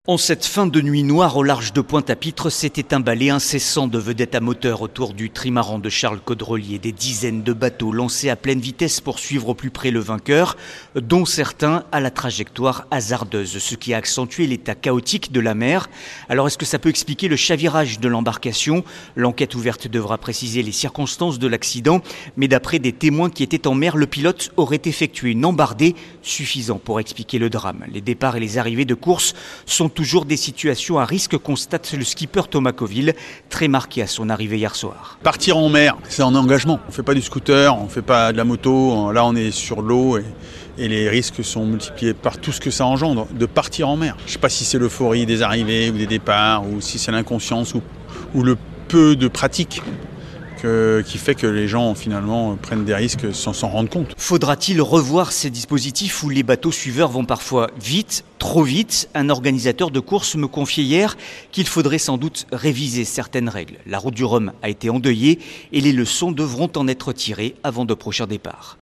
En cette fin de nuit noire au large de Pointe-à-Pitre, c'était un balai incessant de vedettes à moteur autour du trimaran de Charles Caudrelier. Des dizaines de bateaux lancés à pleine vitesse pour suivre au plus près le vainqueur, dont certains à la trajectoire hasardeuse, ce qui a accentué l'état chaotique de la mer. Alors est-ce que ça peut expliquer le chavirage de l'embarcation? L'enquête ouverte devra préciser les circonstances de l'accident, mais d'après des témoins qui étaient en mer, le pilote aurait effectué une embardée suffisant pour expliquer le drame. Les départs et les arrivées de course sont toujours des situations à risque, constate le skipper Thomas Coville, très marqué à son arrivée hier soir. Partir en mer, c'est un engagement. On ne fait pas du scooter, on ne fait pas de la moto. Là, on est sur l'eau et les risques sont multipliés par tout ce que ça engendre de partir en mer. Je ne sais pas si c'est l'euphorie des arrivées ou des départs, ou si c'est l'inconscience ou le peu de pratique qui fait que les gens finalement prennent des risques sans s'en rendre compte. Faudra-t-il revoir ces dispositifs où les bateaux suiveurs vont parfois vite, trop vite? Un organisateur de course me confiait hier qu'il faudrait sans doute réviser certaines règles. La route du Rhum a été endeuillée et les leçons devront en être tirées avant de prochains départs.